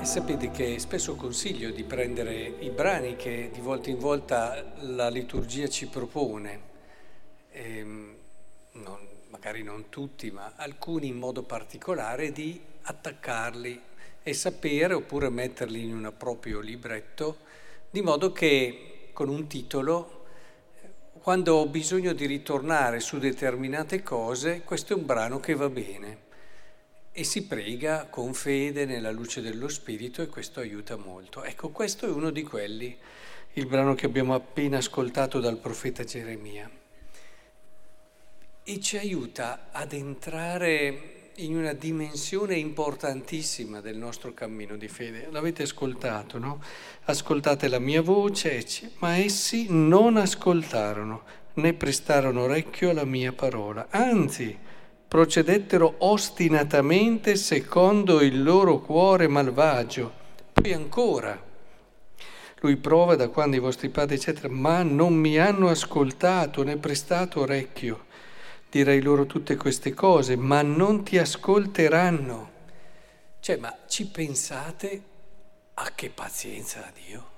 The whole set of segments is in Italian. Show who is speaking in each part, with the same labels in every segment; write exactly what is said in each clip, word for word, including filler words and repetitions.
Speaker 1: Sapete che spesso consiglio di prendere i brani che di volta in volta la liturgia ci propone, ehm, non, magari non tutti, ma alcuni in modo particolare, di attaccarli e sapere, oppure metterli in un proprio libretto, di modo che con un titolo, quando ho bisogno di ritornare su determinate cose, questo è un brano che va bene. E si prega con fede nella luce dello Spirito e questo aiuta molto. Ecco, questo è uno di quelli, il brano che abbiamo appena ascoltato dal profeta Geremia. E ci aiuta ad entrare in una dimensione importantissima del nostro cammino di fede. L'avete ascoltato, no? Ascoltate la mia voce, ma essi non ascoltarono, né prestarono orecchio alla mia parola. Anzi, procedettero ostinatamente secondo il loro cuore malvagio. Poi ancora, lui prova da quando i vostri padri, eccetera, ma non mi hanno ascoltato né prestato orecchio. Direi loro tutte queste cose, ma non ti ascolteranno. Cioè, ma ci pensate a che pazienza ha Dio?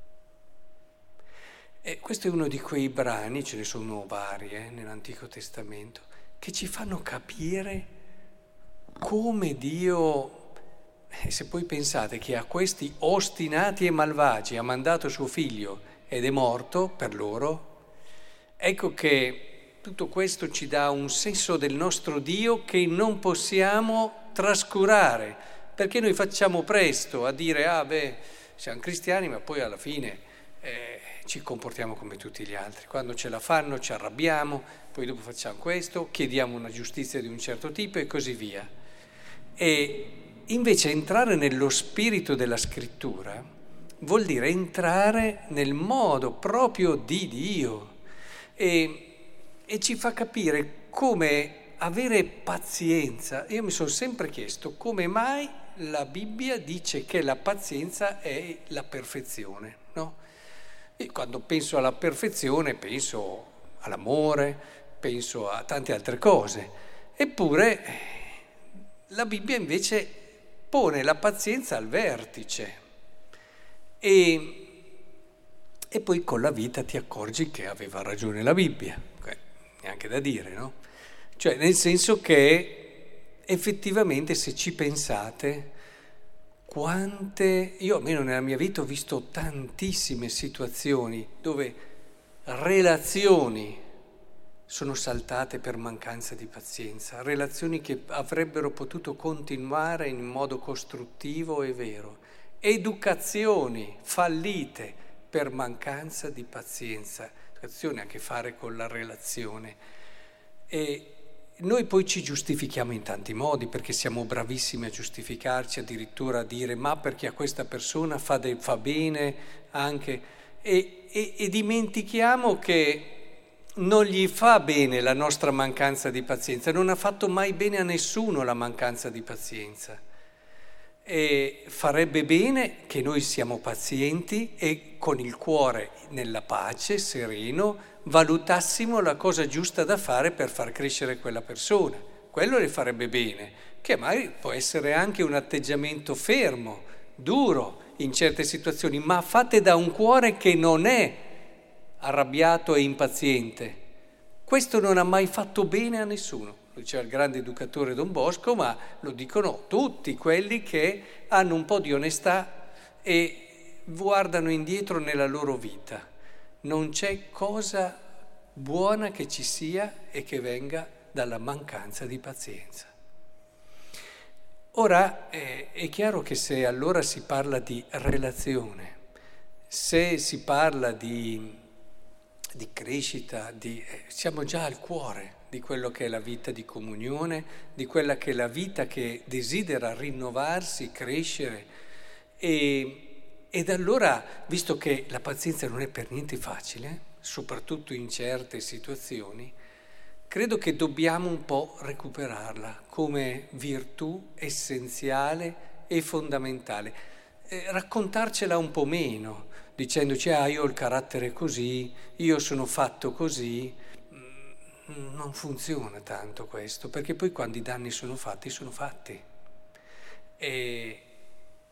Speaker 1: E questo è uno di quei brani, ce ne sono vari eh, nell'Antico Testamento, che ci fanno capire come Dio, eh, se poi pensate che a questi ostinati e malvagi ha mandato suo figlio ed è morto per loro, ecco che tutto questo ci dà un senso del nostro Dio che non possiamo trascurare, perché noi facciamo presto a dire, ah beh, siamo cristiani, ma poi alla fine eh, ci comportiamo come tutti gli altri. Quando ce la fanno ci arrabbiamo, poi dopo facciamo questo, chiediamo una giustizia di un certo tipo e così via. E invece entrare nello spirito della scrittura vuol dire entrare nel modo proprio di Dio e, e ci fa capire come avere pazienza. Io mi sono sempre chiesto come mai la Bibbia dice che la pazienza è la perfezione, no? E quando penso alla perfezione penso all'amore, penso a tante altre cose. Eppure la Bibbia invece pone la pazienza al vertice e, e poi con la vita ti accorgi che aveva ragione la Bibbia, neanche da dire, no? Cioè nel senso che effettivamente se ci pensate, quante, io almeno nella mia vita ho visto tantissime situazioni dove relazioni sono saltate per mancanza di pazienza, relazioni che avrebbero potuto continuare in modo costruttivo e vero, educazioni fallite per mancanza di pazienza. Educazione ha a che fare con la relazione. E noi poi ci giustifichiamo in tanti modi perché siamo bravissimi a giustificarci, addirittura a dire ma perché a questa persona fa, de, fa bene anche e, e, e dimentichiamo che non gli fa bene la nostra mancanza di pazienza, non ha fatto mai bene a nessuno la mancanza di pazienza. E farebbe bene che noi siamo pazienti e con il cuore nella pace, sereno, valutassimo la cosa giusta da fare per far crescere quella persona. Quello le farebbe bene, che magari può essere anche un atteggiamento fermo, duro in certe situazioni, ma fatte da un cuore che non è arrabbiato e impaziente. Questo non ha mai fatto bene a nessuno. Lo diceva il grande educatore Don Bosco, ma lo dicono tutti quelli che hanno un po' di onestà e guardano indietro nella loro vita. Non c'è cosa buona che ci sia e che venga dalla mancanza di pazienza. Ora eh, è chiaro che se allora si parla di relazione, se si parla di, di crescita, di, eh, siamo già al cuore di quello che è la vita di comunione, di quella che è la vita che desidera rinnovarsi, crescere e Ed allora, visto che la pazienza non è per niente facile, soprattutto in certe situazioni, credo che dobbiamo un po' recuperarla come virtù essenziale e fondamentale. Eh, raccontarcela un po' meno, dicendoci, ah, io ho il carattere così, io sono fatto così. Non funziona tanto questo, perché poi quando i danni sono fatti, sono fatti. E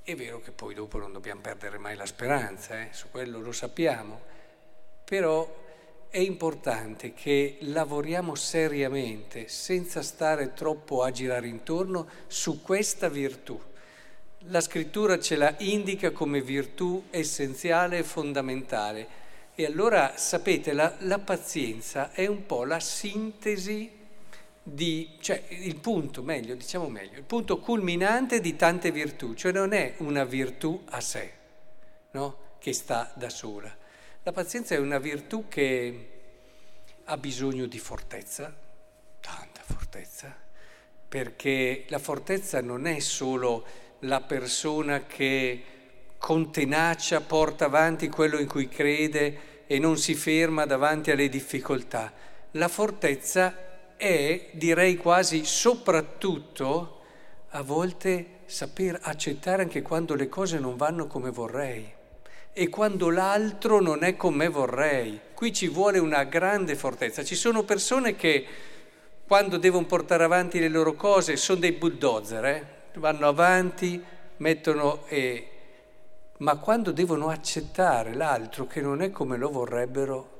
Speaker 1: È vero che poi dopo non dobbiamo perdere mai la speranza, eh? Su quello lo sappiamo, però è importante che lavoriamo seriamente, senza stare troppo a girare intorno, su questa virtù. La scrittura ce la indica come virtù essenziale e fondamentale. E allora, sapete, la, la pazienza è un po' la sintesi di, cioè il punto, meglio, diciamo meglio, il punto culminante di tante virtù, cioè non è una virtù a sé, no? Che sta da sola. La pazienza è una virtù che ha bisogno di fortezza, tanta fortezza, perché la fortezza non è solo la persona che con tenacia porta avanti quello in cui crede e non si ferma davanti alle difficoltà. La fortezza è, direi quasi soprattutto, a volte saper accettare anche quando le cose non vanno come vorrei e quando l'altro non è come vorrei. Qui ci vuole una grande fortezza. Ci sono persone che quando devono portare avanti le loro cose sono dei bulldozer, eh? Vanno avanti, mettono e... ma quando devono accettare l'altro che non è come lo vorrebbero,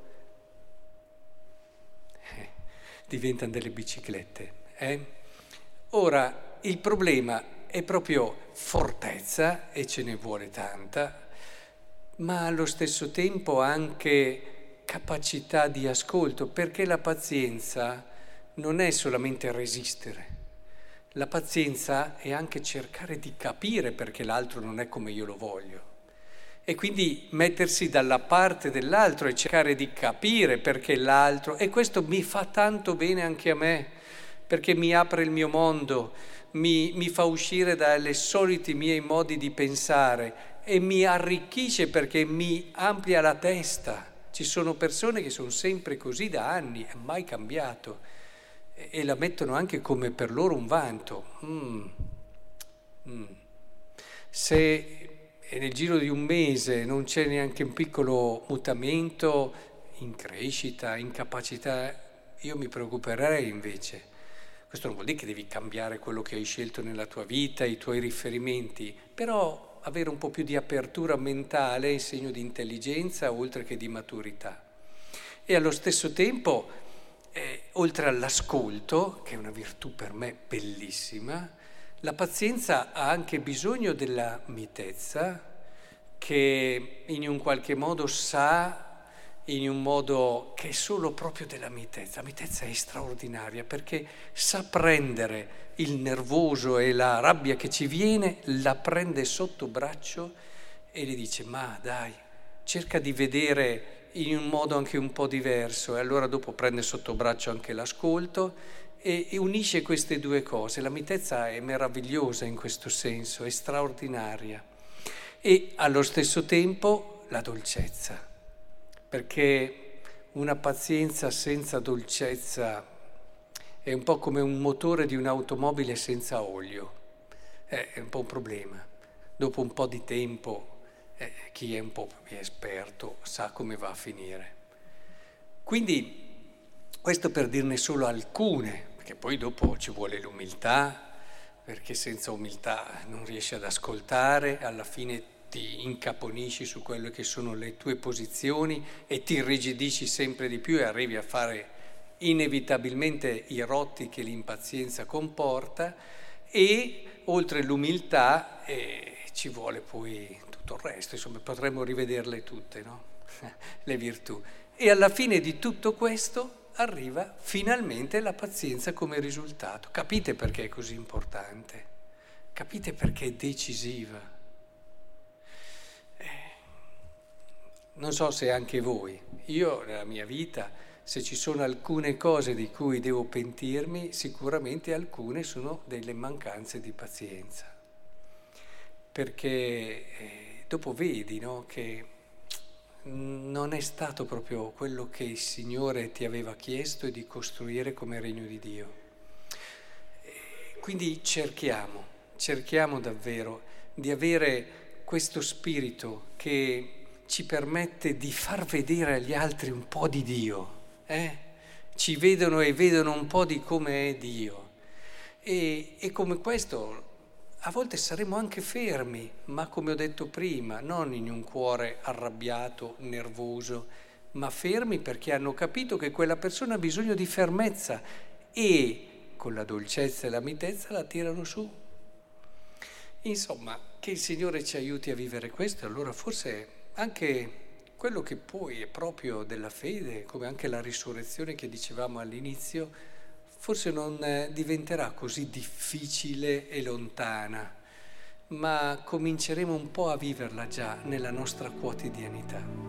Speaker 1: eh, diventano delle biciclette. Eh? Ora, il problema è proprio fortezza, e ce ne vuole tanta, ma allo stesso tempo anche capacità di ascolto, perché la pazienza non è solamente resistere. La pazienza è anche cercare di capire perché l'altro non è come io lo voglio. E quindi mettersi dalla parte dell'altro e cercare di capire perché l'altro... E questo mi fa tanto bene anche a me, perché mi apre il mio mondo, mi, mi fa uscire dai soliti miei modi di pensare e mi arricchisce perché mi amplia la testa. Ci sono persone che sono sempre così da anni, è mai cambiato, e la mettono anche come per loro un vanto. Mm. Mm. Se nel giro di un mese non c'è neanche un piccolo mutamento in crescita, in capacità, io mi preoccuperei invece. Questo non vuol dire che devi cambiare quello che hai scelto nella tua vita, i tuoi riferimenti, però avere un po' più di apertura mentale è segno di intelligenza oltre che di maturità. E allo stesso tempo, eh, oltre all'ascolto, che è una virtù per me bellissima, la pazienza ha anche bisogno della mitezza, che in un qualche modo sa, in un modo che è solo proprio della mitezza. La mitezza è straordinaria perché sa prendere il nervoso e la rabbia che ci viene, la prende sotto braccio e gli dice: ma dai, cerca di vedere in un modo anche un po' diverso. E allora dopo prende sotto braccio anche l'ascolto e, e unisce queste due cose. La mitezza è meravigliosa in questo senso, è straordinaria. E allo stesso tempo la dolcezza, perché una pazienza senza dolcezza è un po' come un motore di un'automobile senza olio, è un po' un problema. Dopo un po' di tempo eh, chi è un po' più esperto sa come va a finire. Quindi questo per dirne solo alcune, perché poi dopo ci vuole l'umiltà, perché senza umiltà non riesci ad ascoltare, alla fine ti incaponisci su quelle che sono le tue posizioni e ti irrigidisci sempre di più e arrivi a fare inevitabilmente i rotti che l'impazienza comporta. E oltre l'umiltà eh, ci vuole poi tutto il resto, insomma potremmo rivederle tutte, no? Le virtù. E alla fine di tutto questo arriva finalmente la pazienza come risultato. Capite perché è così importante? Capite perché è decisiva? Non so se anche voi, io nella mia vita, se ci sono alcune cose di cui devo pentirmi, sicuramente alcune sono delle mancanze di pazienza. Perché eh, dopo vedi, no, che non è stato proprio quello che il Signore ti aveva chiesto di costruire come regno di Dio. E quindi cerchiamo, cerchiamo davvero di avere questo spirito che ci permette di far vedere agli altri un po' di Dio, eh? Ci vedono e vedono un po' di come è Dio. E, e come questo a volte saremo anche fermi, ma come ho detto prima, non in un cuore arrabbiato, nervoso, ma fermi perché hanno capito che quella persona ha bisogno di fermezza e con la dolcezza e la mitezza la tirano su. Insomma, che il Signore ci aiuti a vivere questo, allora forse anche quello che poi è proprio della fede, come anche la risurrezione che dicevamo all'inizio, forse non diventerà così difficile e lontana, ma cominceremo un po' a viverla già nella nostra quotidianità.